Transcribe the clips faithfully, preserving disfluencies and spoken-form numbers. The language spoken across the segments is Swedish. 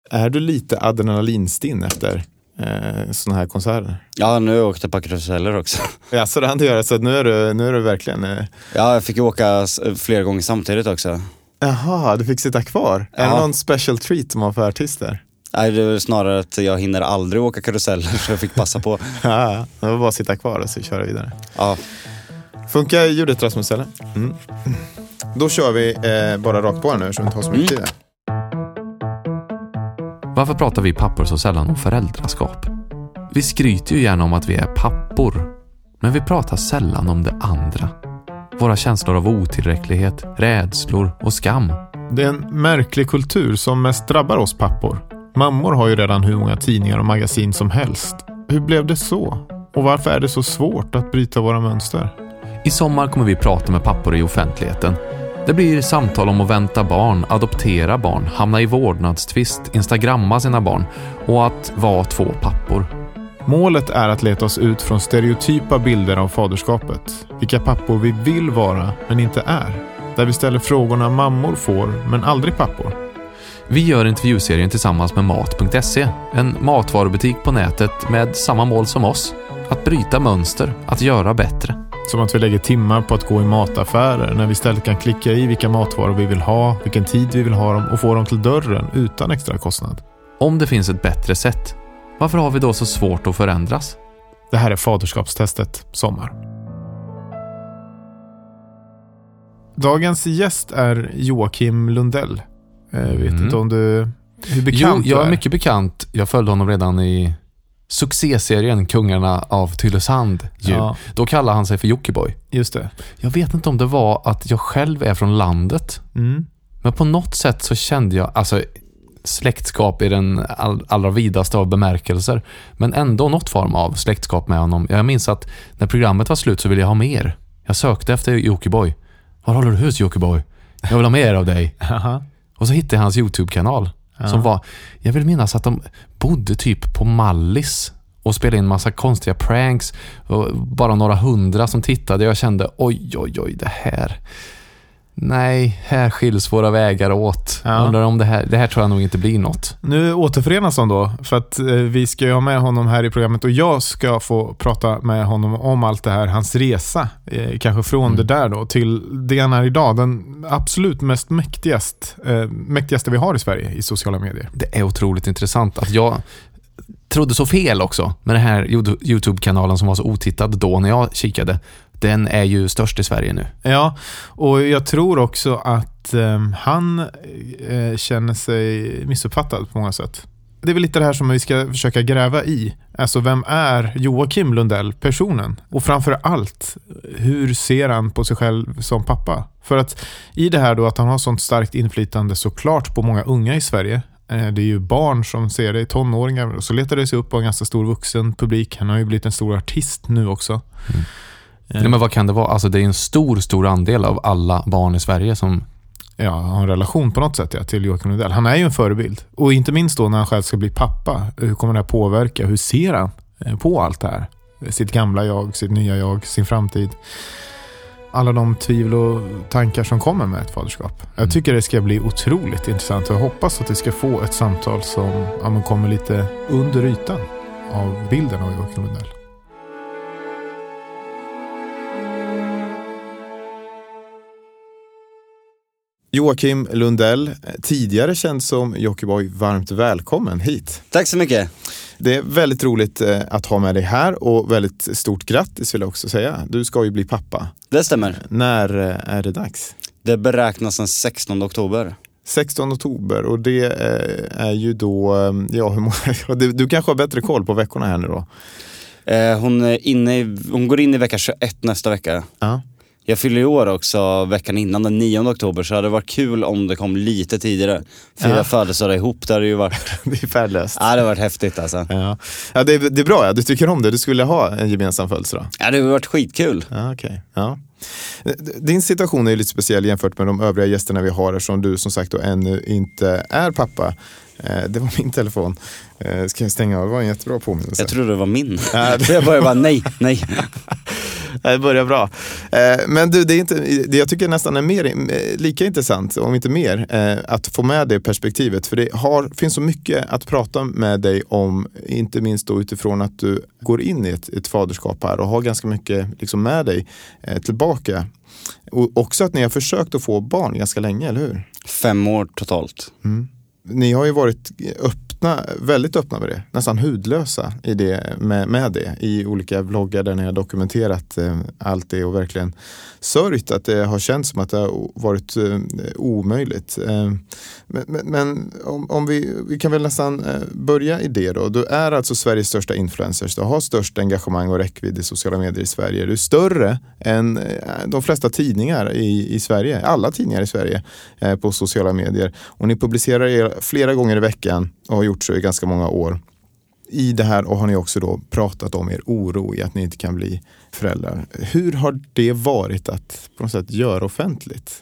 Är du lite adrenalinstinn efter eh, såna här konserter? Ja, nu har jag åkt ett par karuseller också. Ja, så det han gör, så nu är du, nu är du verkligen... Eh... Ja, jag fick ju åka flera gånger samtidigt också. Jaha, du fick sitta kvar. Ja. Är det någon special treat man för artister? Nej, det är snarare att jag hinner aldrig åka karuseller så jag fick passa på. Ja, det var bara att sitta kvar och så köra vidare. Ja. Funkar ljudet, Rasmus, eller? Mm. Då kör vi eh, bara rakt på här nu så vi inte har så mycket mm. tid. Varför pratar vi pappor så sällan om föräldraskap? Vi skryter ju gärna om att vi är pappor, men vi pratar sällan om det andra. Våra känslor av otillräcklighet, rädslor och skam. Det är en märklig kultur som mest drabbar oss pappor. Mammor har ju redan hur många tidningar och magasin som helst. Hur blev det så? Och varför är det så svårt att bryta våra mönster? I sommar kommer vi prata med pappor i offentligheten. Det blir samtal om att vänta barn, adoptera barn, hamna i vårdnadstvist, instagramma sina barn och att vara två pappor. Målet är att leta oss ut från stereotypa bilder av faderskapet. Vilka pappor vi vill vara men inte är. Där vi ställer frågorna mammor får men aldrig pappor. Vi gör intervjuserien tillsammans med mat punkt se, en matvarubutik på nätet med samma mål som oss. Att bryta mönster, att göra bättre. Som att vi lägger timmar på att gå i mataffärer när vi istället kan klicka i vilka matvaror vi vill ha, vilken tid vi vill ha dem och få dem till dörren utan extra kostnad. Om det finns ett bättre sätt, varför har vi då så svårt att förändras? Det här är faderskapstestet sommar. Dagens gäst är Joakim Lundell. Jag vet mm. inte om du... Hur bekant jo, jag är, är mycket bekant. Jag följde honom redan i succéserien Kungarna av Tylösand. Ja. Då kallar han sig för Jockiboi. Just det. Jag vet inte om det var att jag själv är från landet. Mm. Men på något sätt så kände jag... Alltså, släktskap i den all, allra vidaste av bemärkelser. Men ändå något form av släktskap med honom. Jag minns att när programmet var slut så ville jag ha mer. Jag sökte efter Jockiboi. Var håller du hus, Jockiboi? Jag vill ha mer av dig. Aha. Och så hittade jag hans YouTube-kanal. Ja. Som var, jag vill minnas att de bodde typ på Mallis och spelade in massa konstiga pranks. Och bara några hundra som tittade. Jag kände, oj, oj, oj, det här... Nej, här skiljs våra vägar åt. Ja. Undrar om det här, det här tror jag nog inte blir något. Nu återförenas de då, för att eh, vi ska ju ha med honom här i programmet och jag ska få prata med honom om allt det här, hans resa, eh, kanske från mm. det där då till det han är idag, den absolut mest mäktigast, eh, mäktigaste vi har i Sverige i sociala medier. Det är otroligt intressant att jag trodde så fel också med den här YouTube-kanalen som var så otittad då när jag kikade. Den är ju störst i Sverige nu. Ja, och jag tror också att eh, han eh, känner sig missuppfattad på många sätt. Det är väl lite det här som vi ska försöka gräva i. Alltså, vem är Joakim Lundell, personen? Och framför allt, hur ser han på sig själv som pappa? För att i det här då att han har sånt starkt inflytande såklart på många unga i Sverige. Eh, det är ju barn som ser det, tonåringar. Och så letar det sig upp på en ganska stor vuxen publik. Han har ju blivit en stor artist nu också. Mm. Nej, men vad kan det vara? Alltså det är en stor, stor andel av alla barn i Sverige som ja, har en relation på något sätt ja, till Joakim Lundell. Han är ju en förebild. Och inte minst då när han själv ska bli pappa. Hur kommer det här påverka? Hur ser han på allt det här? Sitt gamla jag, sitt nya jag, sin framtid. Alla de tvivel och tankar som kommer med ett faderskap. Mm. Jag tycker det ska bli otroligt intressant och jag hoppas att vi ska få ett samtal som ja, kommer lite under ytan av bilden av Joakim Lundell. Joakim Lundell, tidigare känd som Jockiboi, varmt välkommen hit. Tack så mycket. Det är väldigt roligt att ha med dig här och väldigt stort grattis vill jag också säga. Du ska ju bli pappa. Det stämmer. När är det dags? Det beräknas den sextonde oktober. sextonde oktober och det är ju då, ja hur många, du kanske har bättre koll på veckorna här nu då? Hon, är inne i, hon går in i vecka tjugoett nästa vecka. Ja. Jag fyller i år också veckan innan, den nionde oktober, så hade det varit kul om det kom lite tidigare. Fyra ja. födelsedagar ihop, det hade ju varit... det är färdlöst. Ja, det har varit häftigt alltså. Ja, ja det, är, det är bra, ja. Du tycker om det. Du skulle ha en gemensam födelsedag. Ja, det har varit skitkul. Ja, okej. Okay. Ja. Din situation är ju lite speciell jämfört med de övriga gästerna vi har, som du som sagt då ännu inte är pappa. Det var min telefon. Ska jag stänga av? Det var en jättebra påminnelse. Jag trodde det var min. Jag bara, bara nej, nej. Det börjar bra. Eh, men du, det är inte, det jag tycker nästan är mer, lika intressant, om inte mer, eh, att få med det perspektivet. För det har, finns så mycket att prata med dig om, inte minst då utifrån att du går in i ett, ett faderskap här och har ganska mycket liksom med dig eh, tillbaka. Och också att ni har försökt att få barn ganska länge, eller hur? Fem år totalt. Mm. Ni har ju varit öppna, väldigt öppna med det, nästan hudlösa i det, med, med det i olika vloggar där ni har dokumenterat eh, allt det och verkligen sörjt att det har känts som att det har varit eh, omöjligt. Eh, men men om, om vi, vi kan väl nästan eh, börja i det då. Du är alltså Sveriges största influencers, du har störst engagemang och räckvidd i sociala medier i Sverige. Du är större än eh, de flesta tidningar i, i Sverige, alla tidningar i Sverige eh, på sociala medier. Och ni publicerar er flera gånger i veckan och har gjort så i ganska många år. I det här och har ni också då pratat om er oro i att ni inte kan bli föräldrar. Hur har det varit att på något sätt göra offentligt?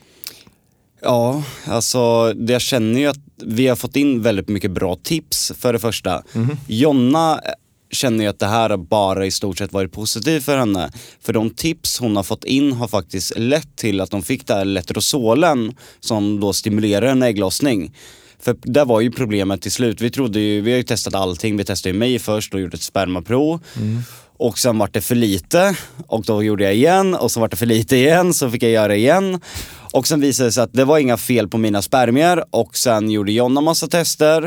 Ja, alltså det jag känner ju att vi har fått in väldigt mycket bra tips för det första. Mm. Jonna känner ju att det här bara i stort sett varit positivt för henne. För de tips hon har fått in har faktiskt lett till att de fick det här Letrozolen som då stimulerar en ägglossning. För det var ju problemet till slut. Vi trodde ju, vi har ju testat allting. Vi testade ju mig först och gjorde ett spermaprov. Mm. Och sen var det för lite. Och då gjorde jag igen. Och så var det för lite igen. Så fick jag göra igen. Och sen visade det sig att det var inga fel på mina spermier. Och sen gjorde Jonna massa tester.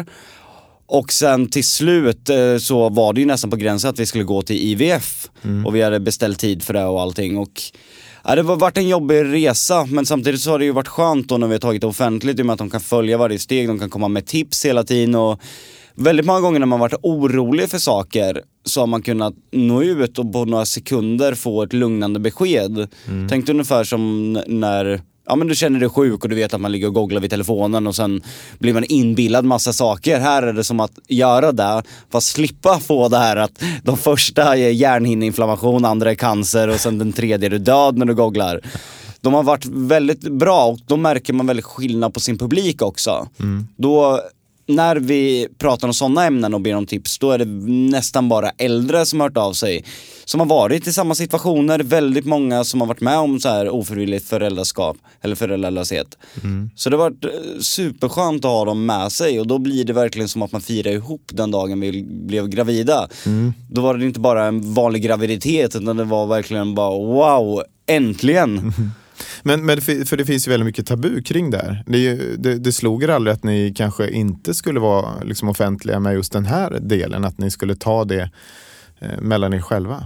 Och sen till slut så var det ju nästan på gränsen att vi skulle gå till I V F. Mm. Och vi hade beställt tid för det och allting. Och ja, det har varit en jobbig resa, men samtidigt så har det ju varit skönt då när vi har tagit det offentligt i och med att de kan följa varje steg, de kan komma med tips hela tiden och väldigt många gånger när man varit orolig för saker så har man kunnat nå ut och på några sekunder få ett lugnande besked. Mm. Tänk ungefär som när ja, men du känner dig sjuk och du vet att man ligger och googlar vid telefonen och sen blir man inbillad massa saker. Här är det som att göra det, fast slippa få det här att de första är hjärnhinneinflammation, andra är cancer och sen den tredje är du död när du googlar. De har varit väldigt bra och då märker man väldigt skillnad på sin publik också. Mm. Då när vi pratar om sådana ämnen och ber om tips, då är det nästan bara äldre som har hört av sig. Som har varit i samma situationer, väldigt många som har varit med om så här ofrivilligt föräldraskap eller föräldralöshet. Mm. Så det har varit superskönt att ha dem med sig och då blir det verkligen som att man firar ihop den dagen vi blev gravida. Mm. Då var det inte bara en vanlig graviditet utan det var verkligen bara wow, äntligen! Mm. Men, men för det finns ju väldigt mycket tabu kring det här. Det, är ju, det, det slog er aldrig att ni kanske inte skulle vara liksom offentliga med just den här delen, att ni skulle ta det eh, mellan er själva?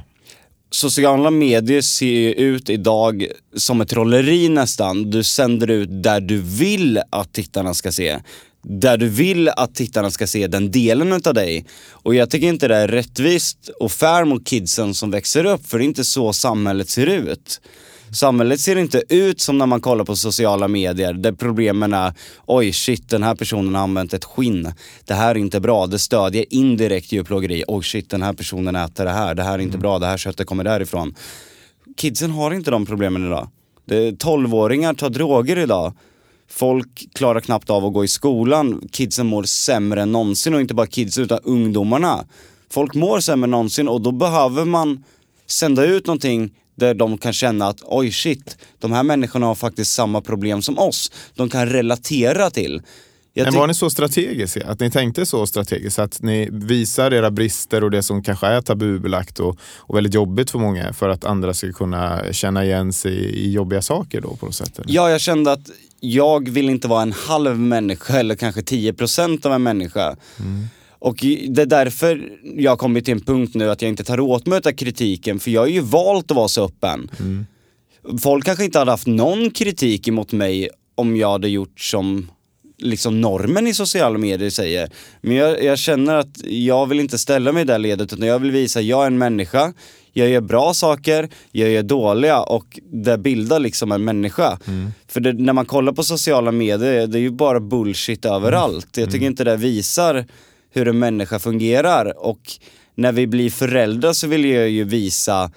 Sociala medier ser ju ut idag som ett trolleri nästan. Du sänder ut där du vill att tittarna ska se. Där du vill att tittarna ska se den delen av dig. Och jag tycker inte det är rättvist och fair mot kidsen som växer upp, för det är inte så samhället ser ut. Samhället ser inte ut som när man kollar på sociala medier där problemen är oj shit, den här personen har använt ett skinn. Det här är inte bra, det stödjer indirekt djurplågeri. Oj shit, den här personen äter det här. Det här är inte mm. bra, det här köttet kommer därifrån. Kidsen har inte de problemen idag. tolvåringar tar droger idag. Folk klarar knappt av att gå i skolan. Kidsen mår sämre än någonsin, och inte bara kids utan ungdomarna. Folk mår sämre än någonsin och då behöver man sända ut någonting där de kan känna att oj shit, de här människorna har faktiskt samma problem som oss. De kan relatera till. Jag Men var ni så strategiska? Att ni tänkte så strategiskt? Att ni visar era brister och det som kanske är tabubelagt och, och väldigt jobbigt för många, för att andra ska kunna känna igen sig i jobbiga saker då på något sätt? Eller? Ja, jag kände att jag vill inte vara en halv människa eller kanske tio procent av en människa. Mm. Och det är därför jag har kommit till en punkt nu att jag inte tar åt mig av kritiken, för jag har ju valt att vara så öppen. Mm. Folk kanske inte hade haft någon kritik emot mig om jag hade gjort som liksom normen i sociala medier säger. Men jag, jag känner att jag vill inte ställa mig i det ledet, utan jag vill visa att jag är en människa. Jag gör bra saker, jag gör dåliga, och det bildar liksom en människa. Mm. För det, när man kollar på sociala medier, det är ju bara bullshit överallt. Jag tycker mm. inte det visar hur en människa fungerar, och när vi blir föräldrar så vill jag ju visa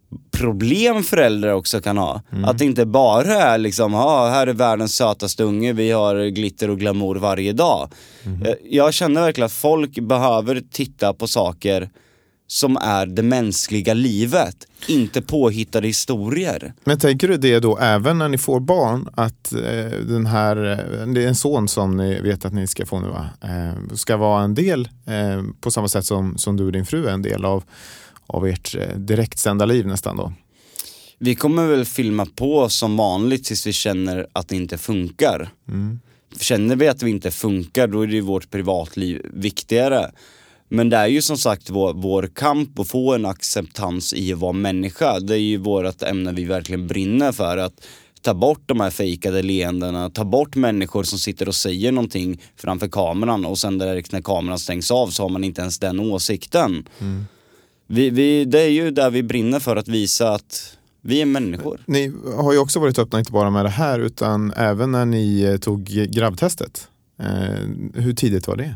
problem föräldrar också kan ha. Mm. Att det inte bara är liksom, ja, här är världens sötaste unge, vi har glitter och glamour varje dag. Mm. Jag, jag känner verkligen att folk behöver titta på saker som är det mänskliga livet, inte påhittade historier. Men tänker du det då även när ni får barn, att eh, den här, det är en son som ni vet att ni ska få nu, va? Eh, ska vara en del eh, på samma sätt som, som du och din fru är en del av, av ert eh, direktsända liv nästan då? Vi kommer väl filma på som vanligt tills vi känner att det inte funkar. Mm. Känner vi att vi inte funkar, då är det ju vårt privatliv viktigare. Men det är ju som sagt vår, vår kamp att få en acceptans i att vara människa. Det är ju vårt ämne vi verkligen brinner för. Att ta bort de här fejkade leendena, ta bort människor som sitter och säger någonting framför kameran och sen direkt när kameran stängs av så har man inte ens den åsikten. Mm. Vi, vi, det är ju där vi brinner för att visa att vi är människor. Ni har ju också varit öppna inte bara med det här utan även när ni tog grabbtestet. Eh, hur tidigt var det?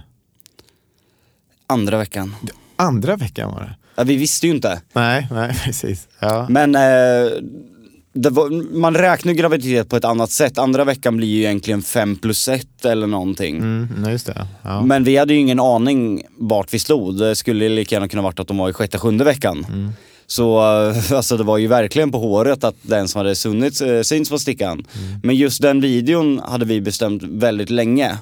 Andra veckan. Andra veckan var det? Ja, vi visste ju inte. Nej, nej precis. Ja. Men eh, det var, man räknar graviditet på ett annat sätt. Andra veckan blir ju egentligen fem plus ett eller någonting. Mm, nej, just det. Ja. Men vi hade ju ingen aning vart vi slog. Det skulle lika gärna kunna varit att de var i sjätte, sjunde veckan. Mm. Så alltså, det var ju verkligen på håret att den som hade sunnits, syns på stickan. Mm. Men just den videon hade vi bestämt väldigt länge.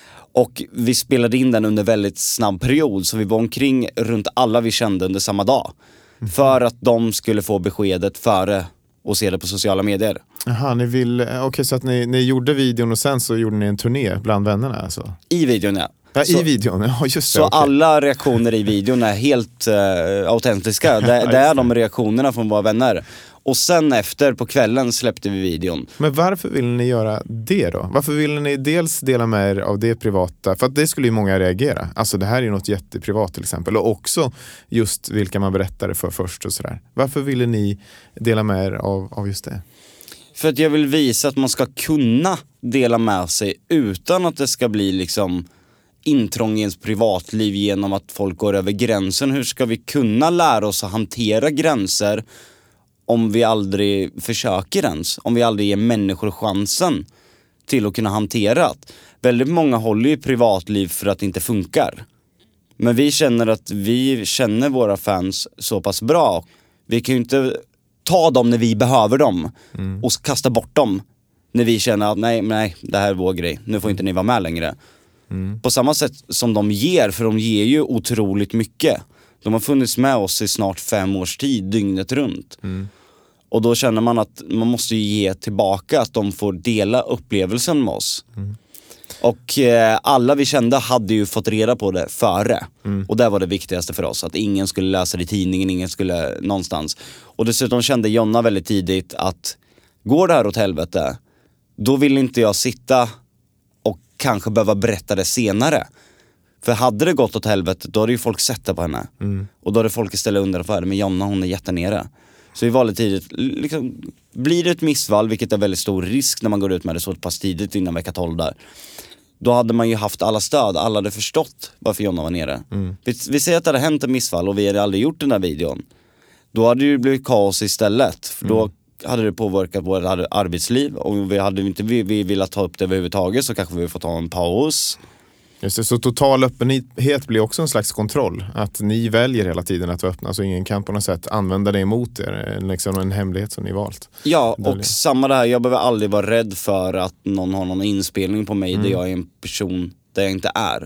Och vi spelade in den under väldigt snabb period. Så vi var omkring runt alla vi kände under samma dag. Mm. För att de skulle få beskedet före och se det på sociala medier. Jaha, ni vill... Okej, okay, så att ni, ni gjorde videon och sen så gjorde ni en turné bland vännerna alltså? I videon, ja. Ja, så, i videon, ja just det. Så okay. Alla reaktioner i videon är helt uh, autentiska. Det, det är de reaktionerna från våra vänner. Och sen efter, på kvällen, släppte vi videon. Men varför vill ni göra det då? Varför vill ni dels dela med er av det privata? För att det skulle ju många reagera. Alltså det här är ju något jätteprivat till exempel. Och också just vilka man berättade för först och sådär. Varför ville ni dela med er av, av just det? För att jag vill visa att man ska kunna dela med sig utan att det ska bli liksom intrång i ens privatliv genom att folk går över gränsen. Hur ska vi kunna lära oss att hantera gränser om vi aldrig försöker ens? Om vi aldrig ger människor chansen till att kunna hantera det. Väldigt många håller ju privatliv för att det inte funkar. Men vi känner att vi känner våra fans så pass bra. Vi kan ju inte ta dem när vi behöver dem mm. och kasta bort dem när vi känner att nej, nej, det här är vår grej. Nu får inte ni vara med längre. Mm. På samma sätt som de ger, för de ger ju otroligt mycket. De har funnits med oss i snart fem års tid, dygnet runt. Mm. Och då känner man att man måste ge tillbaka, att de får dela upplevelsen med oss. Mm. Och eh, alla vi kände hade ju fått reda på det före. Mm. Och det var det viktigaste för oss, att ingen skulle läsa det i tidningen, ingen skulle någonstans. Och dessutom kände Jonna väldigt tidigt att går det här åt helvete, då vill inte jag sitta och kanske behöva berätta det senare. För hade det gått åt helvete, då hade ju folk sett det på henne. Mm. Och då hade folk istället undrat för det, men Jonna, hon är jättenere. Så vi valde tidigt, liksom, blir det ett missfall, vilket är väldigt stor risk när man går ut med det så pass tidigt innan vecka tolv där. Då hade man ju haft alla stöd, alla hade förstått varför Jonna var nere. Mm. Vi, vi säger att det hade hänt en missfall och vi hade aldrig gjort den där videon. Då hade det ju blivit kaos istället. För mm. då hade det påverkat vårt arbetsliv. Och vi hade inte vi, vi velat ta upp det överhuvudtaget, så kanske vi får ta en paus. Just det, så total öppenhet blir också en slags kontroll. Att ni väljer hela tiden att vara öppna, så ingen kan på något sätt använda det emot er. Liksom en hemlighet som ni valt. Ja, och samma där, jag behöver aldrig vara rädd för att någon har någon inspelning på mig mm. där jag är en person där jag inte är.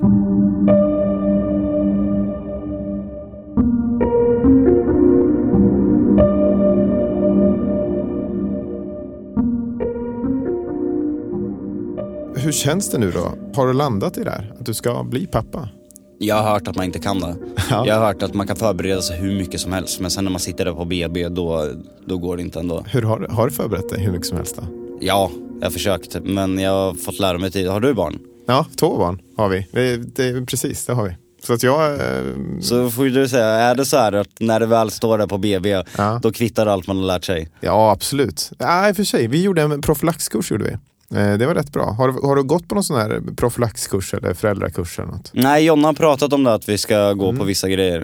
Hur känns det nu då? Har du landat i det här? Att du ska bli pappa? Jag har hört att man inte kan det. Ja. Jag har hört att man kan förbereda sig hur mycket som helst. Men sen när man sitter där på B B, då, då går det inte ändå. Hur har, har du förberett dig hur mycket som helst då? Ja, jag har försökt. Men jag har fått lära mig tid. Har du barn? Ja, två barn har vi. Det, det, precis, det har vi. Så att jag... Eh... Så får du säga, är det så här att när det väl står där på B B, ja. Då kvittar allt man har lärt sig? Ja, absolut. Ja, i och för sig. Vi gjorde en profylaxkurs, gjorde vi. Det var rätt bra. Har du, har du gått på någon sån här profylaxkurs eller föräldrakurs eller något? Nej, Jonna har pratat om det, att vi ska gå mm. på vissa grejer.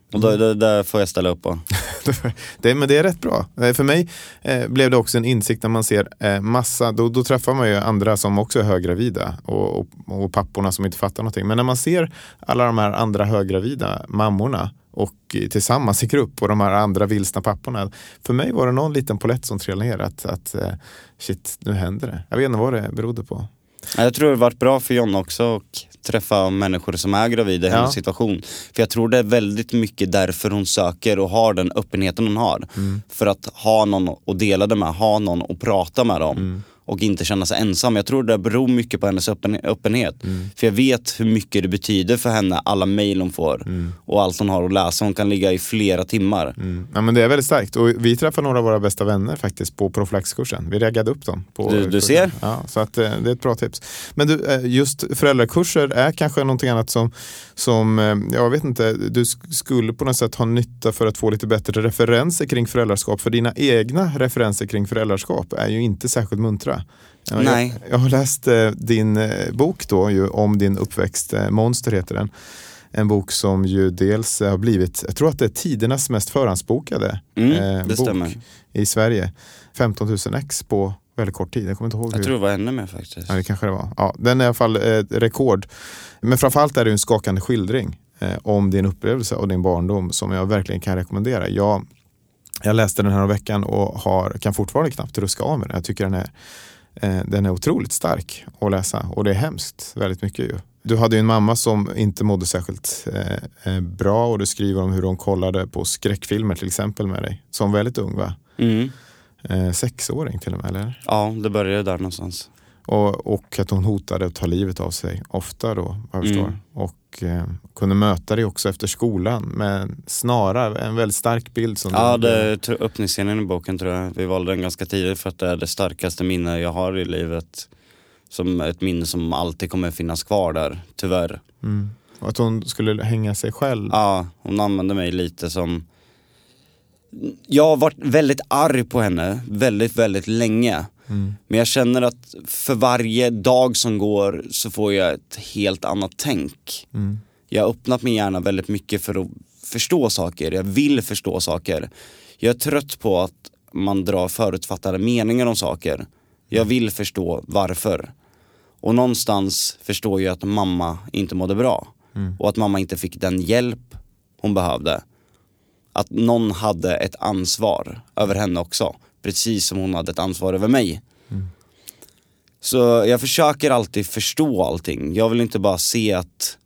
Och då, det, där får jag ställa upp på. det, men det är rätt bra. För mig eh, blev det också en insikt när man ser eh, massa, då, då träffar man ju andra som också är höggravida och, och, och papporna som inte fattar någonting. Men när man ser alla de här andra höggravida mammorna och tillsammans i grupp och de här andra vilsna papporna. För mig var det någon liten polett som trillade ner att, att eh, shit, nu händer det. Jag vet inte vad det berodde på. Jag tror det har varit bra för John också att träffa människor som är gravida i hennes Ja. situation. För jag tror det är väldigt mycket därför hon söker och har den öppenheten hon har. Mm. För att ha någon att dela det med, ha någon att prata med dem. Mm. Och inte känna sig ensam. Jag tror det beror mycket på hennes öppen, öppenhet. Mm. För jag vet hur mycket det betyder för henne, alla mejl hon får. Mm. Och allt hon har att läsa. Hon kan ligga i flera timmar. Mm. Ja, men det är väldigt starkt. Och vi träffade några av våra bästa vänner faktiskt på profylaxkursen. Vi reggade upp dem. På du, du ser? Ja, så att, eh, det är ett bra tips. Men du, eh, just föräldrakurser är kanske någonting annat som, som eh, jag vet inte, du skulle på något sätt ha nytta för att få lite bättre referenser kring föräldraskap. För dina egna referenser kring föräldraskap är ju inte särskilt muntra. Ja, Nej. Jag, jag har läst eh, din eh, bok då ju, om din uppväxt, eh, Monster heter den. En bok som ju dels har blivit, jag tror att det är tidernas mest förhandsbokade mm, eh, det bok stämmer. I Sverige. femton tusen ex på väldigt kort tid. Jag kommer inte ihåg Jag hur. tror det var ännu mer faktiskt. Ja, det kanske det var. Ja, den är i alla fall eh, rekord. Men framförallt är det en skakande skildring eh, om din upplevelse och din barndom som jag verkligen kan rekommendera. Jag, jag läste den här veckan och har, kan fortfarande knappt ruska av med den. Jag tycker den är Den är otroligt stark att läsa och det är hemskt väldigt mycket ju. Du hade ju en mamma som inte mådde särskilt eh, bra och du skriver om hur hon kollade på skräckfilmer till exempel med dig. Som väldigt ung va? Mm. Eh, sexåring till och med eller? Ja, det började där någonstans. Och, och att hon hotade att ta livet av sig ofta då, vad jag förstår. Mm. Och eh, kunde möta dig också efter skolan med snarare en väldigt stark bild. Som ja, du, det är öppningsscenen i boken tror jag. Vi valde den ganska tidigt för att det är det starkaste minne jag har i livet. Som ett minne som alltid kommer finnas kvar där, tyvärr. Mm. Och att hon skulle hänga sig själv. Ja, hon använde mig lite som... Jag har varit väldigt arg på henne väldigt, väldigt länge. Mm. Men jag känner att för varje dag som går så får jag ett helt annat tänk. Mm. Jag har öppnat min hjärna väldigt mycket för att förstå saker. Jag vill förstå saker. Jag är trött på att man drar förutfattade meningar om saker. Jag vill förstå varför. Och någonstans förstår jag att mamma inte mådde bra. Mm. Och att mamma inte fick den hjälp hon behövde. Att någon hade ett ansvar över henne också. Precis som hon hade ett ansvar över mig. Mm. Så jag försöker alltid förstå allting. Jag vill inte bara se att...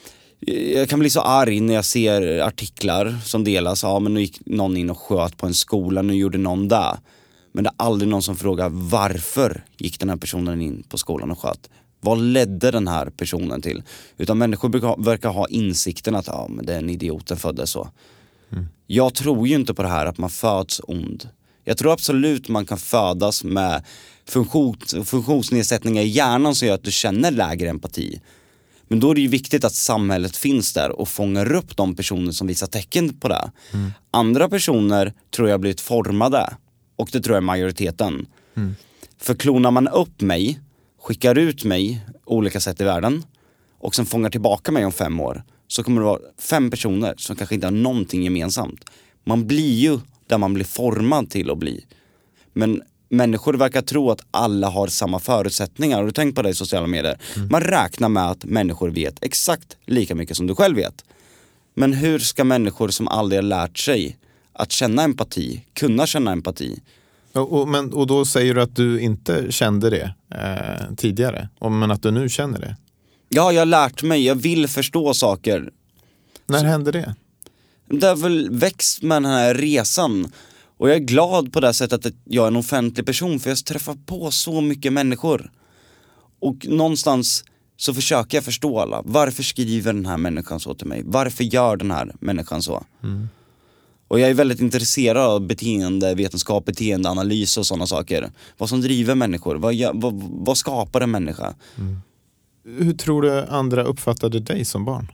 Jag kan bli så arg när jag ser artiklar som delas. Ja, men nu gick någon in och sköt på en skola. Nu gjorde någon där. Men det är aldrig någon som frågar varför gick den här personen in på skolan och sköt. Vad ledde den här personen till? Utan människor verkar ha insikten att ja, men den idioten föddes så. Mm. Jag tror ju inte på det här att man föds ond. Jag tror absolut man kan födas med funktions, funktionsnedsättningar i hjärnan som gör att du känner lägre empati. Men då är det ju viktigt att samhället finns där och fångar upp de personer som visar tecken på det. Mm. Andra personer tror jag blivit formade. Och det tror jag är majoriteten. Mm. För klonar man upp mig, skickar ut mig olika sätt i världen och sen fångar tillbaka mig om fem år, så kommer det vara fem personer som kanske inte har någonting gemensamt. Man blir ju där man blir formad till att bli. Men människor verkar tro att alla har samma förutsättningar. Och du tänker på det i sociala medier. Mm. Man räknar med att människor vet exakt lika mycket som du själv vet. Men hur ska människor som aldrig har lärt sig att känna empati, kunna känna empati? Och, och, men, och då säger du att du inte kände det eh, tidigare, men att du nu känner det? Ja, jag har lärt mig. Jag vill förstå saker. När Så, hände det? Det har väl växt med den här resan. Och jag är glad på det sättet att jag är en offentlig person, för jag träffar på så mycket människor. Och någonstans så försöker jag förstå alla. Varför skriver den här människan så till mig? Varför gör den här människan så? Mm. Och jag är väldigt intresserad av beteendevetenskap, beteendeanalys och sådana saker. Vad som driver människor, vad, gör, vad, vad skapar en människa? Mm. Hur tror du andra uppfattade dig som barn?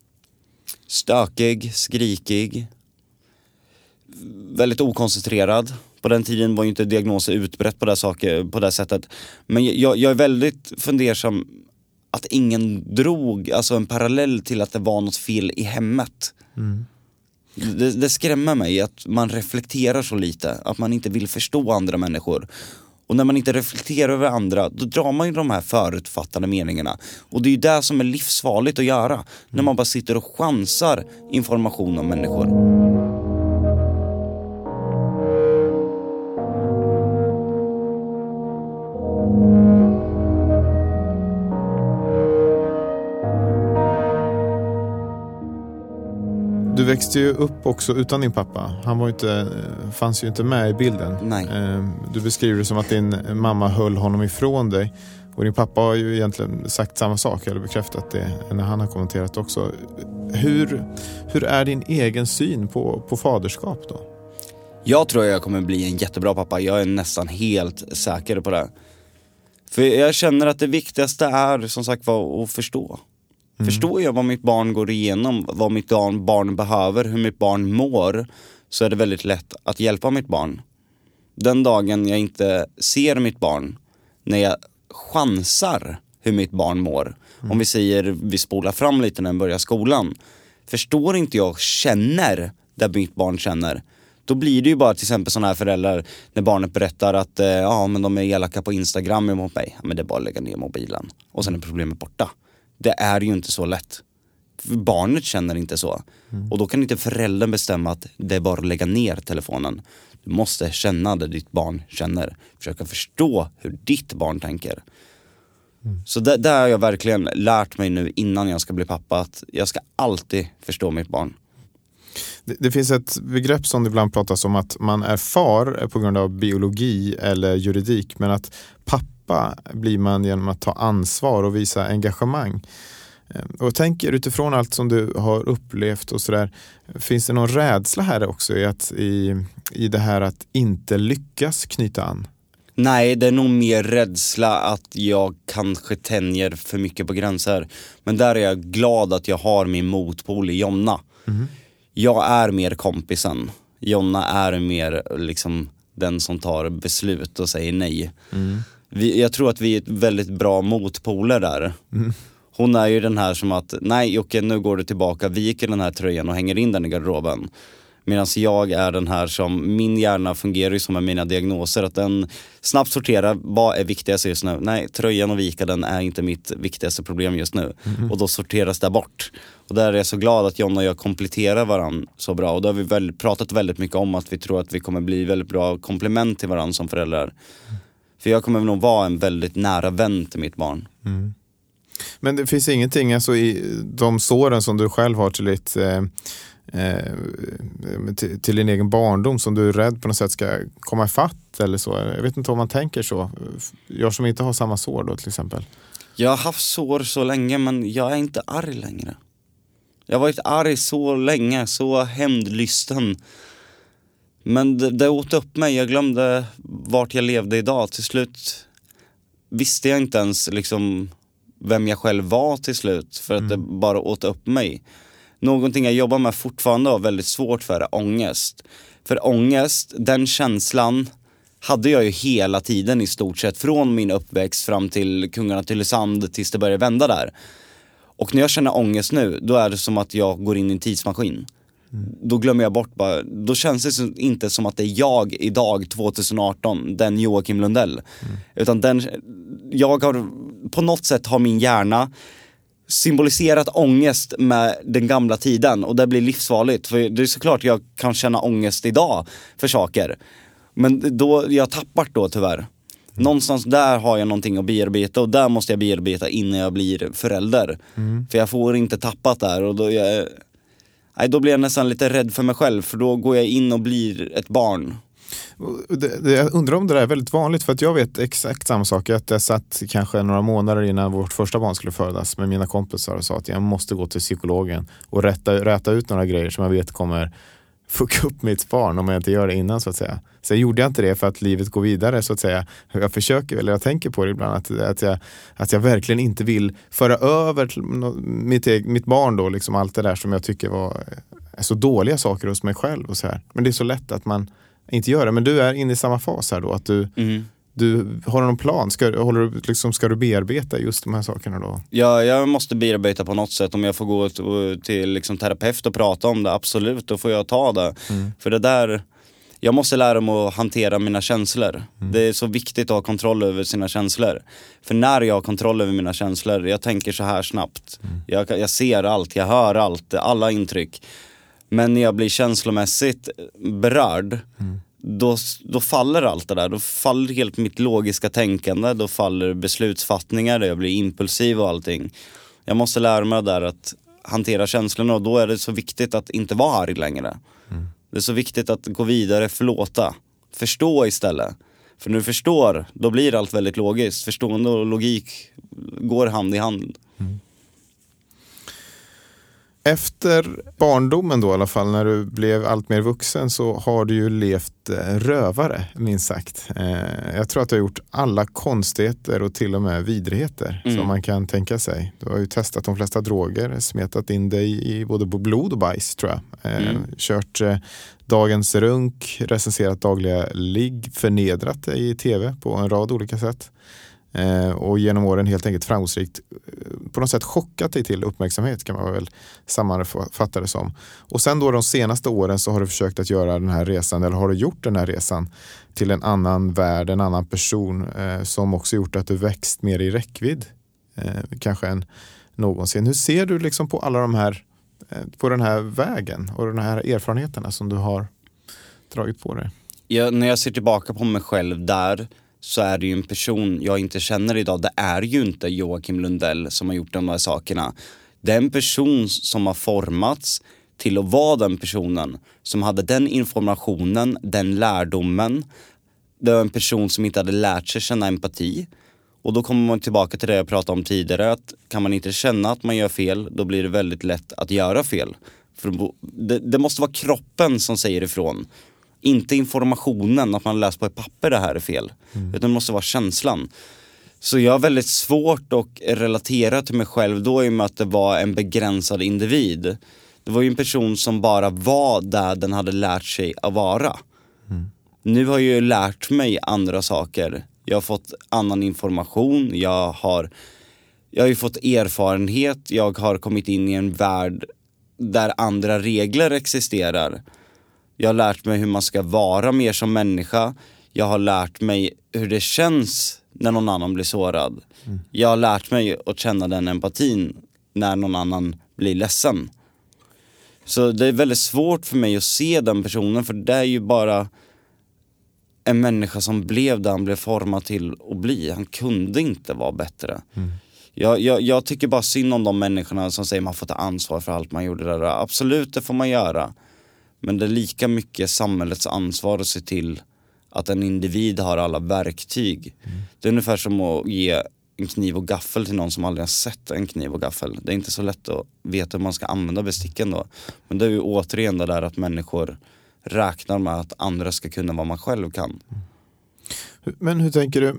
Stökig, skrikig, väldigt okoncentrerad. På den tiden var ju inte diagnoser utbrett på det, saker, på det sättet. Men jag, jag är väldigt fundersam att ingen drog alltså en parallell till att det var något fel i hemmet. Mm. Det, det skrämmer mig att man reflekterar så lite, att man inte vill förstå andra människor. Och när man inte reflekterar över andra, då drar man ju de här förutfattade meningarna. Och det är ju det som är livsfarligt att göra, mm. när man bara sitter och chansar information om människor. Du växte ju upp också utan din pappa. Han var ju inte, fanns ju inte med i bilden. Nej. Du beskriver det som att din mamma höll honom ifrån dig. Och din pappa har ju egentligen sagt samma sak, eller bekräftat det när han har kommenterat också. Hur, hur är din egen syn på, på faderskap då? Jag tror jag kommer bli en jättebra pappa. Jag är nästan helt säker på det. För jag känner att det viktigaste är som sagt var att förstå. Mm. Förstår jag vad mitt barn går igenom, vad mitt barn behöver, hur mitt barn mår, så är det väldigt lätt att hjälpa mitt barn. Den dagen jag inte ser mitt barn, när jag chansar hur mitt barn mår, mm. om vi säger vi spolar fram lite när jag börjar skolan, förstår inte jag, känner där mitt barn känner, då blir det ju bara till exempel sådana här föräldrar när barnet berättar att eh, ja, men de är elaka på Instagram emot mig. Ja, men det är bara att lägga ner mobilen och sen är problemet borta. Det är ju inte så lätt. För barnet känner inte så. Mm. Och då kan inte föräldern bestämma att det är bara att lägga ner telefonen. Du måste känna det ditt barn känner. Försöka förstå hur ditt barn tänker. Mm. Så det, det har jag verkligen lärt mig nu innan jag ska bli pappa. Att jag ska alltid förstå mitt barn. Det, det finns ett begrepp som det ibland pratas om, att man är far på grund av biologi eller juridik. Men att pappa blir man genom att ta ansvar och visa engagemang. Och jag tänker utifrån allt som du har upplevt och sådär, finns det någon rädsla här också i, att, i, i det här att inte lyckas knyta an? Nej, det är nog mer rädsla att jag kanske tänjer för mycket på gränser. Men där är jag glad att jag har min motpol i Jonna. Mm. Jag är mer kompisen. Jonna är mer liksom den som tar beslut och säger nej. Mm. Vi, jag tror att vi är ett väldigt bra motpoler där. Mm. Hon är ju den här som att, nej Jocke, nu går du tillbaka, viker den här tröjan och hänger in den i garderoben. Medan jag är den här som, min hjärna fungerar ju som med mina diagnoser, att den snabbt sorterar, vad är viktigast just nu? Nej, tröjan och vika den är inte mitt viktigaste problem just nu. Mm. Och då sorteras det bort. Och där är jag så glad att Jonna och jag kompletterar varandra så bra. Och då har vi väl, pratat väldigt mycket om att vi tror att vi kommer bli väldigt bra komplement till varandra som föräldrar. Mm. För jag kommer nog vara en väldigt nära vän till mitt barn. Mm. Men det finns ingenting alltså, i de såren som du själv har till ditt... Eh... Eh, till, till din egen barndom som du är rädd på något sätt ska komma ifatt eller så. Jag vet inte om man tänker så. Jag som inte har samma sår då till exempel. Jag har haft sår så länge, men jag är inte arg längre. Jag har varit arg så länge, så hämndlysten. Men det, det åt upp mig. Jag glömde vart jag levde idag. Till slut visste jag inte ens liksom vem jag själv var till slut, för att mm. det bara åt upp mig. Någonting jag jobbar med fortfarande har väldigt svårt för är ångest. För ångest, den känslan hade jag ju hela tiden i stort sett. Från min uppväxt fram till Kungarna till Sand tills det började vända där. Och när jag känner ångest nu, då är det som att jag går in i en tidsmaskin. Mm. Då glömmer jag bort bara, då känns det inte som att det är jag idag tjugo arton, den Joakim Lundell. Mm. Utan den, jag har, på något sätt har min hjärna symboliserat ångest med den gamla tiden, och det blir livsfarligt. För det är såklart jag kan känna ångest idag för saker, men då, jag tappar då tyvärr. Någonstans där har jag någonting att bearbeta, och där måste jag bearbeta innan jag blir förälder. Mm. För jag får inte tappat där, och då, jag, nej, då blir jag nästan lite rädd för mig själv, för då går jag in och blir ett barn. Det, det, jag undrar om det där är väldigt vanligt, för att jag vet exakt samma sak. Att jag satt kanske några månader innan vårt första barn skulle födas med mina kompisar och sa att jag måste gå till psykologen och rätta, rätta ut några grejer som jag vet kommer fucka upp mitt barn om jag inte gör det innan, så att säga. Sen gjorde jag inte det för att livet går vidare, så att säga. Jag försöker, eller jag tänker på det ibland, att, att, jag, att jag verkligen inte vill föra över till mitt, mitt barn då, liksom allt det där som jag tycker var så dåliga saker hos mig själv och så här. Men det är så lätt att man inte gör det. Men du är inne i samma fas här då, att du, mm. Du, har du någon plan? Ska, håller du, liksom, ska du bearbeta just de här sakerna då? Ja, jag måste bearbeta på något sätt. Om jag får gå till, till liksom terapeut och prata om det, absolut, då får jag ta det. Mm. För det där, jag måste lära mig att hantera mina känslor. Mm. Det är så viktigt att ha kontroll över sina känslor. För när jag har kontroll över mina känslor, jag tänker så här snabbt. Mm. Jag, jag ser allt, jag hör allt, alla intryck. Men när jag blir känslomässigt berörd, mm. Då, då faller allt det där. Då faller helt mitt logiska tänkande. Då faller beslutsfattningar. Jag blir impulsiv och allting. Jag måste lära mig där att hantera känslorna. Och då är det så viktigt att inte vara arg längre. Mm. Det är så viktigt att gå vidare, förlåta. Förstå istället. För när du förstår, då blir allt väldigt logiskt. Förstående och logik går hand i hand. Mm. Efter barndomen då i alla fall, när du blev allt mer vuxen, så har du ju levt rövare, minst sagt. Eh, jag tror att du har gjort alla konstigheter och till och med vidrigheter mm. som man kan tänka sig. Du har ju testat de flesta droger, smetat in dig i både blod och bajs, tror jag. Eh, mm. Kört eh, dagens runk, recenserat dagliga ligg, förnedrat dig i tv på en rad olika sätt. Eh, och genom åren helt enkelt framgångsrikt eh, på något sätt chockat dig till uppmärksamhet, kan man väl sammanfatta det som. Och sen då de senaste åren så har du försökt att göra den här resan, eller har du gjort den här resan till en annan värld, en annan person eh, som också gjort att du växt mer i räckvidd eh, kanske än någonsin. Hur ser du liksom på alla de här eh, på den här vägen och de här erfarenheterna som du har dragit på dig? Ja, när jag ser tillbaka på mig själv där, så är det ju en person jag inte känner idag. Det är ju inte Joakim Lundell som har gjort de här sakerna. Det är en person som har formats till att vara den personen som hade den informationen, den lärdomen. Det är en person som inte hade lärt sig känna empati. Och då kommer man tillbaka till det jag pratade om tidigare, att kan man inte känna att man gör fel, då blir det väldigt lätt att göra fel. För det, det måste vara kroppen som säger ifrån. Inte informationen, att man läser på ett papper det här är fel. Mm. Utan det måste vara känslan. Så jag har väldigt svårt att relatera till mig själv då, i och med att det var en begränsad individ. Det var ju en person som bara var där den hade lärt sig att vara. Mm. Nu har jag ju lärt mig andra saker. Jag har fått annan information. Jag har, jag har ju fått erfarenhet. Jag har kommit in i en värld där andra regler existerar. Jag har lärt mig hur man ska vara mer som människa. Jag har lärt mig hur det känns när någon annan blir sårad. Mm. Jag har lärt mig att känna den empatin när någon annan blir ledsen. Så det är väldigt svårt för mig att se den personen, för det är ju bara en människa som blev där han blev formad till att bli. Han kunde inte vara bättre. Mm. Jag, jag, jag tycker bara synd om de människorna som säger man får ta ansvar för allt man gjorde där. Absolut, det får man göra. Men det är lika mycket samhällets ansvar att se till att en individ har alla verktyg. Mm. Det är ungefär som att ge en kniv och gaffel till någon som aldrig har sett en kniv och gaffel. Det är inte så lätt att veta hur man ska använda besticken då. Men det är ju återigen det där att människor räknar med att andra ska kunna vad man själv kan. Mm. Men hur tänker du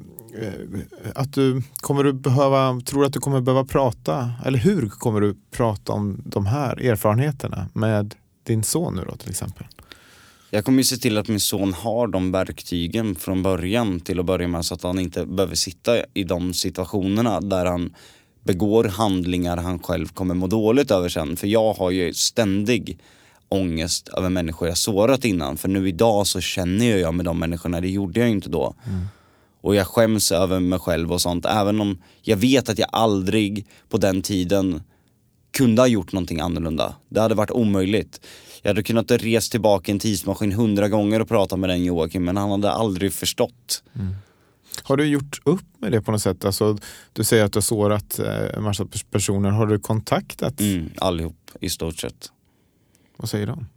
att du kommer du behöva, tror du att du kommer behöva prata, eller hur kommer du prata om de här erfarenheterna med din son nu då till exempel? Jag kommer ju se till att min son har de verktygen från början till att börja med, så att han inte behöver sitta i de situationerna där han begår handlingar han själv kommer må dåligt över sen. För jag har ju ständig ångest över människor jag sårat innan. För nu idag så känner jag med de människorna, det gjorde jag inte då. Mm. Och jag skäms över mig själv och sånt. Även om jag vet att jag aldrig på den tiden kunde ha gjort någonting annorlunda. Det hade varit omöjligt. Jag hade kunnat resa tillbaka i en tidsmaskin hundra gånger och prata med den Joakim, men han hade aldrig förstått. Mm. Har du gjort upp med det på något sätt? Alltså, du säger att du har sårat en massa personer. Har du kontaktat? Mm, allihop i stort sett. Vad säger de?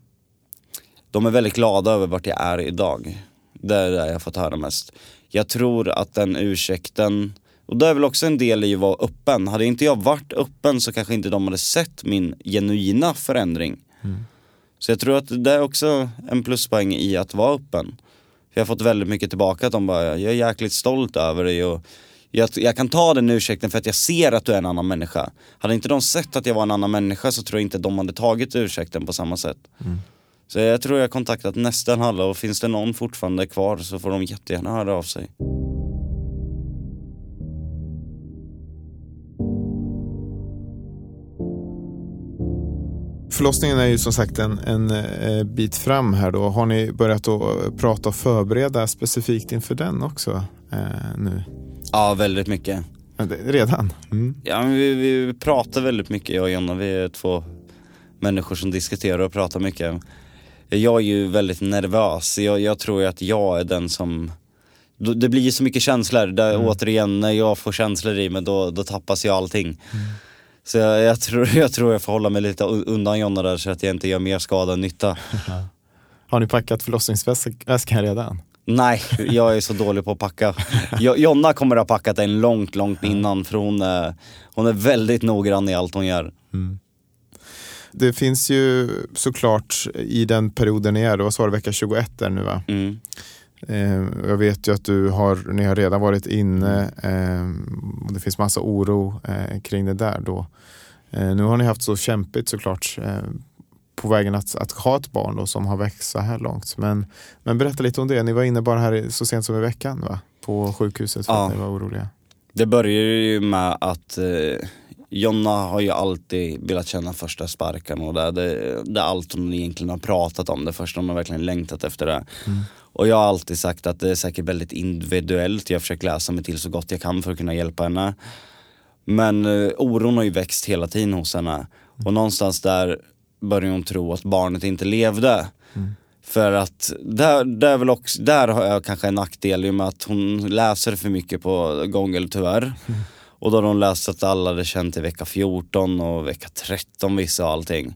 De är väldigt glada över vart jag är idag. Det är det jag har fått höra mest. Jag tror att den ursäkten, och det är väl också en del i att vara öppen. Hade inte jag varit öppen så kanske inte de hade sett min genuina förändring. Mm. Så jag tror att det är också en pluspoäng i att vara öppen. För jag har fått väldigt mycket tillbaka att de bara, jag är jäkligt stolt över dig och jag, jag kan ta den ursäkten för att jag ser att du är en annan människa. Hade inte de sett att jag var en annan människa så tror jag inte de hade tagit ursäkten på samma sätt. Mm. Så jag tror jag har kontaktat nästan alla, och finns det någon fortfarande kvar så får de jättegärna höra av sig. Förlossningen är ju som sagt en, en eh, bit fram här då. Har ni börjat att prata och förbereda specifikt inför den också eh, nu? Ja, väldigt mycket. Redan? Mm. Ja, men vi, vi pratar väldigt mycket, jag och Jonna. Vi är två människor som diskuterar och pratar mycket. Jag är ju väldigt nervös. Jag, jag tror att jag är den som... Det blir ju så mycket känslor. Där, mm. Återigen, när jag får känslor i mig, då, då tappas ju allting. Mm. Så jag, jag, tror, jag tror jag får hålla mig lite undan Jonna där, så att jag inte gör mer skada än nytta. Har ni packat förlossningsväskan redan? Nej, jag är så dålig på att packa. Jonna kommer att ha packat den långt, långt innan. För hon är, hon är väldigt noggrann i allt hon gör. Mm. Det finns ju såklart i den perioden ni är, då så var det vecka tjugoett där nu va? Mm. Eh, jag vet ju att du har, ni har redan varit inne eh, och det finns massa oro eh, kring det där då. Eh, nu har ni haft så kämpigt såklart eh, på vägen att, att ha ett barn då, som har växt så här långt. Men, men berätta lite om det. Ni var inne bara här så sent som i veckan va? På sjukhuset för ja. Att ni var oroliga. Det börjar ju med att eh, Jonna har ju alltid velat känna första sparken. Och det, det, det är allt hon egentligen har pratat om. Det första hon har verkligen längtat efter det. Mm. Och jag har alltid sagt att det är säkert väldigt individuellt. Jag försöker läsa mig till så gott jag kan för att kunna hjälpa henne. Men eh, oron har ju växt hela tiden hos henne. Mm. Och någonstans där börjar hon tro att barnet inte levde. Mm. För att där, där, väl också, där har jag kanske en nackdel i och med att hon läser för mycket på gångel tyvärr. Mm. Och då har hon läst att alla hade känt i vecka fjorton och vecka tretton vissa och allting.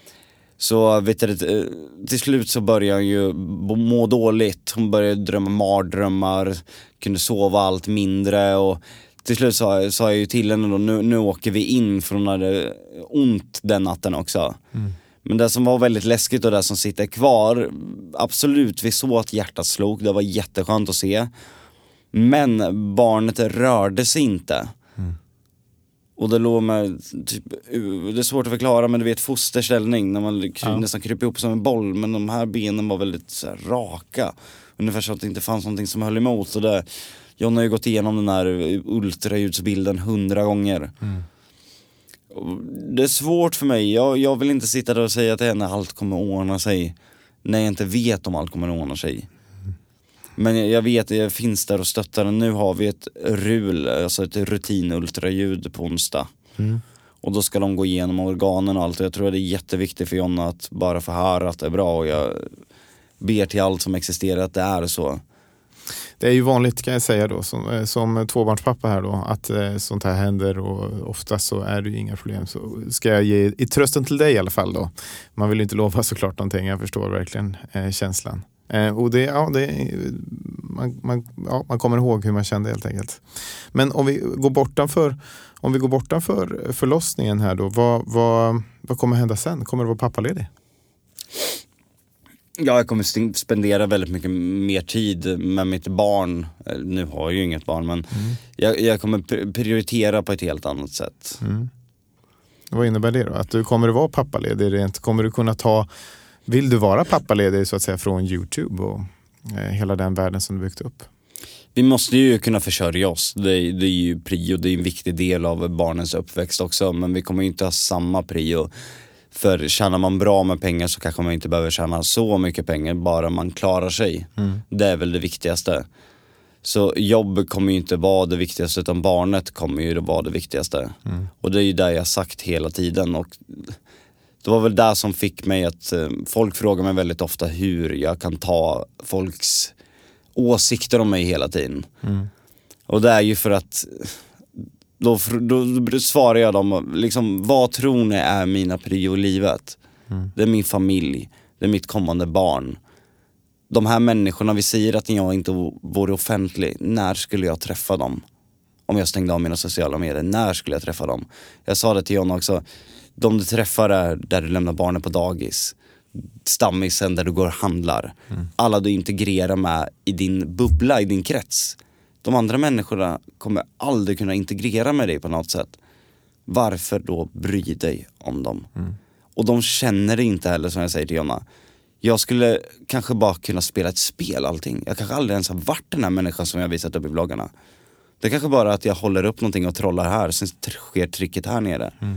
Så vet du, till slut så började hon ju må dåligt. Hon började drömma mardrömmar, kunde sova allt mindre och till slut sa, sa jag ju till henne då, nu, nu åker vi in för hon hade ont den natten också. Mm. Men det som var väldigt läskigt och det som sitter kvar, absolut vi såg att hjärtat slog, det var jätteskönt att se. Men barnet rörde sig inte. Mm. Och det låg med, typ, det är svårt att förklara men du vet fosterställning när man kry, ja. nästan kryper ihop som en boll, men de här benen var väldigt så här, raka. Ungefär så att det inte fanns någonting som höll emot. Så det, John har ju gått igenom den här ultraljudsbilden hundra gånger. Mm. Det är svårt för mig. Jag, jag vill inte sitta där och säga till henne allt kommer att ordna sig när jag inte vet om allt kommer att ordna sig. Mm. Men jag, jag vet att jag finns där och stöttar den. Nu har vi ett rul, alltså ett rutinultraljud på onsdag. Mm. Och då ska de gå igenom organen och allt. Och jag tror att det är jätteviktigt för Jonna att bara få höra att det är bra. Och jag ber till allt som existerar att det är så. Det är ju vanligt kan jag säga då som, som tvåbarnspappa här då att eh, sånt här händer och ofta så är det ju inga problem. Så ska jag ge i trösten till dig i alla fall då. Man vill ju inte lova såklart någonting, jag förstår verkligen eh, känslan. Eh, och det, ja, det man, man, ja, man kommer ihåg hur man kände helt enkelt. Men om vi går bortanför, om vi går bortanför förlossningen här då, vad, vad, vad kommer hända sen? Kommer det vara pappaledig? Ja, jag kommer spendera väldigt mycket mer tid med mitt barn. Nu har jag ju inget barn, men mm. jag, jag kommer prioritera på ett helt annat sätt. Mm. Vad innebär det då? Att du kommer att vara pappaledig rent? Kommer du kunna ta, vill du vara pappaledig så att säga från YouTube och eh, hela den världen som du byggt upp? Vi måste ju kunna försörja oss. Det är, det är ju prio, det är en viktig del av barnens uppväxt också. Men vi kommer ju inte ha samma prio. För tjänar man bra med pengar så kanske man inte behöver tjäna så mycket pengar, bara man klarar sig. Mm. Det är väl det viktigaste. Så jobb kommer ju inte vara det viktigaste, utan barnet kommer ju vara det viktigaste. Mm. Och det är ju det jag sagt hela tiden. Och det var väl det som fick mig att folk frågar mig väldigt ofta hur jag kan ta folks åsikter om mig hela tiden. Mm. Och det är ju för att Då, då, då svarar jag dem liksom, vad tror ni är mina prio i livet? Mm. Det är min familj, det är mitt kommande barn. De här människorna, vi säger att jag inte vore offentlig. När skulle jag träffa dem? Om jag stängde av mina sociala medier, när skulle jag träffa dem? Jag sa det till John också. De du träffar är där du lämnar barnen på dagis, stammisen där du går och handlar. Mm. Alla du integrerar med i din bubbla, i din krets. De andra människorna kommer aldrig kunna integrera med dig på något sätt. Varför då bry dig om dem? Mm. Och de känner det inte heller, som jag säger till Jonna. Jag skulle kanske bara kunna spela ett spel allting. Jag kanske aldrig ens har varit den här människan som jag visat upp i bloggarna. Det är kanske bara att jag håller upp någonting och trollar här. Sen sker tricket här nere. Mm.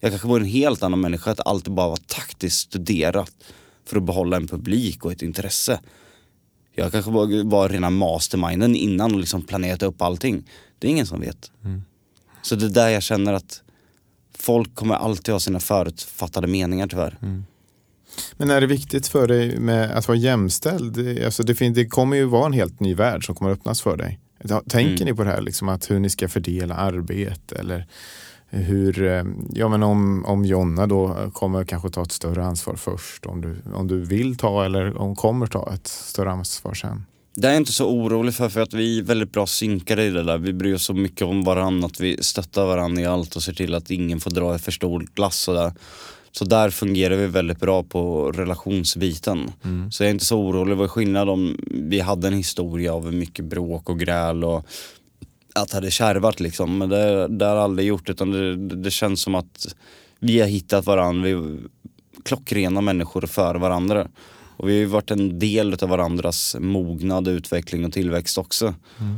Jag kanske var en helt annan människa, att allt bara var taktiskt studerat för att behålla en publik och ett intresse. Jag kanske var, var rena masterminden innan och liksom planerat upp allting. Det är ingen som vet. Mm. Så det är där jag känner att folk kommer alltid ha sina förutfattade meningar tyvärr. Mm. Men är det viktigt för dig med att vara jämställd? Alltså det, fin- det kommer ju vara en helt ny värld som kommer öppnas för dig. Tänker mm. ni på det här liksom, att hur ni ska fördela arbete eller hur, ja men om, om Jonna då kommer kanske ta ett större ansvar först, om du, om du vill ta eller om kommer ta ett större ansvar sen? Det är jag inte så orolig för, för att vi är väldigt bra synkade i det där. Vi bryr oss så mycket om varandra, att vi stöttar varandra i allt och ser till att ingen får dra ett för stor glass och där. Så där fungerar vi väldigt bra på relationsbiten. Mm. Så jag är inte så orolig. Det var skillnad om vi hade en historia av mycket bråk och gräl och att det hade kärvat liksom. Men det, det har aldrig gjort, utan det, det känns som att vi har hittat varandra. Vi är klockrena människor för varandra. Och vi har varit en del av varandras mognad, utveckling och tillväxt också. Mm.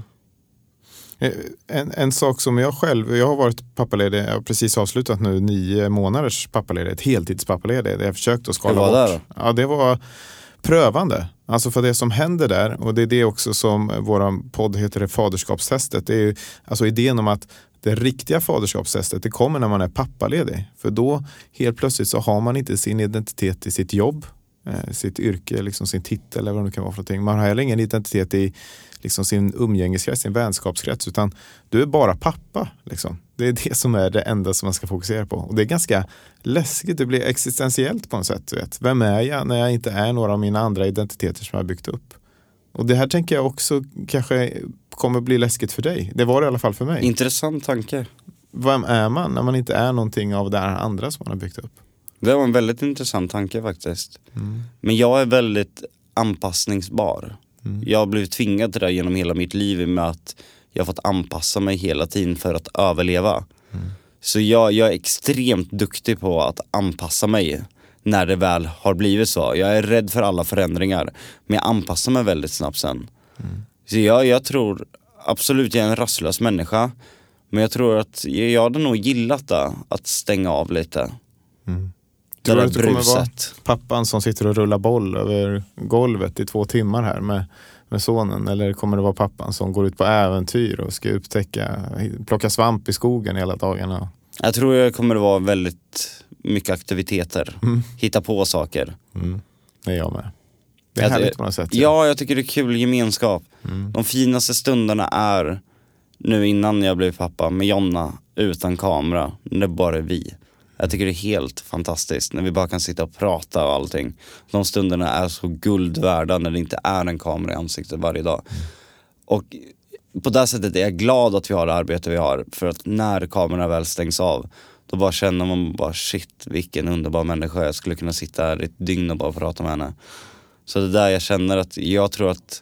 En, en sak som jag själv, jag har varit pappaledig, jag har precis avslutat nu nio månaders pappaledig, ett heltidspappaledig. Jag har försökt att skala bort. Det var där då? Ja, det var prövande. Alltså för det som händer där, och det är det också som våran podd heter det, faderskapstestet. Det är ju alltså idén om att det riktiga faderskapstestet, det kommer när man är pappaledig. För då helt plötsligt så har man inte sin identitet i sitt jobb, eh, sitt yrke, liksom sin titel eller vad det kan vara för någonting. Man har heller ingen identitet i liksom sin umgängeskrets, sin vänskapskrets, utan du är bara pappa. Liksom. Det är det som är det enda som man ska fokusera på. Och det är ganska läskigt, det blir existentiellt på något sätt. Du vet. Vem är jag när jag inte är några av mina andra identiteter som jag har byggt upp? Och det här tänker jag också kanske kommer bli läskigt för dig. Det var det i alla fall för mig. Intressant tanke. Vem är man när man inte är någonting av det här andra som man har byggt upp? Det var en väldigt intressant tanke faktiskt. Mm. Men jag är väldigt anpassningsbar. Mm. Jag har blivit tvingad till det genom hela mitt liv med att jag har fått anpassa mig hela tiden för att överleva. Mm. Så jag, jag är extremt duktig på att anpassa mig när det väl har blivit så. Jag är rädd för alla förändringar, men jag anpassar mig väldigt snabbt sen. Mm. Så jag, jag tror absolut jag är en rastlös människa, men jag tror att jag hade nog gillat det, att stänga av lite. Mm. Det tror du att du kommer vara pappan som sitter och rullar boll över golvet i två timmar här med, med sonen? Eller kommer det vara pappan som går ut på äventyr och ska upptäcka, plocka svamp i skogen hela dagarna? Jag tror jag kommer att vara väldigt mycket aktiviteter. Mm. Hitta på saker. Mm. Det är jag med. Det är härligt på något sätt. Ja, jag tycker det är kul gemenskap. Mm. De finaste stunderna är nu innan jag blev pappa med Jonna utan kamera. Det bara är vi. Jag tycker det är helt fantastiskt när vi bara kan sitta och prata och allting. De stunderna är så guld värda när det inte är en kamera i ansiktet varje dag. Mm. Och på det sättet är jag glad att vi har det arbete vi har. För att när kamerorna väl stängs av, då bara känner man bara shit, vilken underbar människa. Jag skulle kunna sitta här i ett dygn och bara prata med henne. Så det där jag känner att jag tror att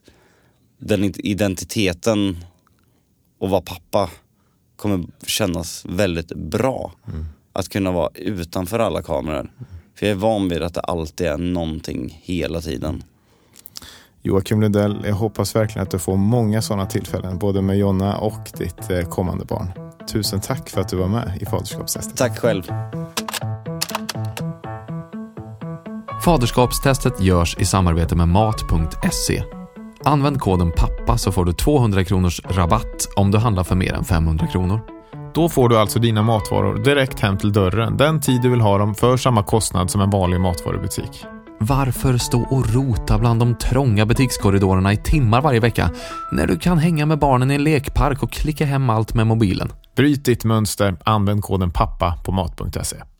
den identiteten att vara pappa kommer kännas väldigt bra. Mm. Att kunna vara utanför alla kameror. Mm. För jag är van vid att det alltid är någonting hela tiden. Joakim Lundell, jag hoppas verkligen att du får många sådana tillfällen, både med Jonna och ditt kommande barn. Tusen tack för att du var med i faderskapstestet. Tack själv. Faderskapstestet görs i samarbete med mat punkt se. Använd koden pappa så får du tvåhundra kronors rabatt om du handlar för mer än femhundra kronor. Då får du alltså dina matvaror direkt hem till dörren den tid du vill ha dem för samma kostnad som en vanlig matvarubutik. Varför stå och rota bland de trånga butikskorridorerna i timmar varje vecka när du kan hänga med barnen i en lekpark och klicka hem allt med mobilen? Bryt ditt mönster, använd koden pappa på mat punkt se.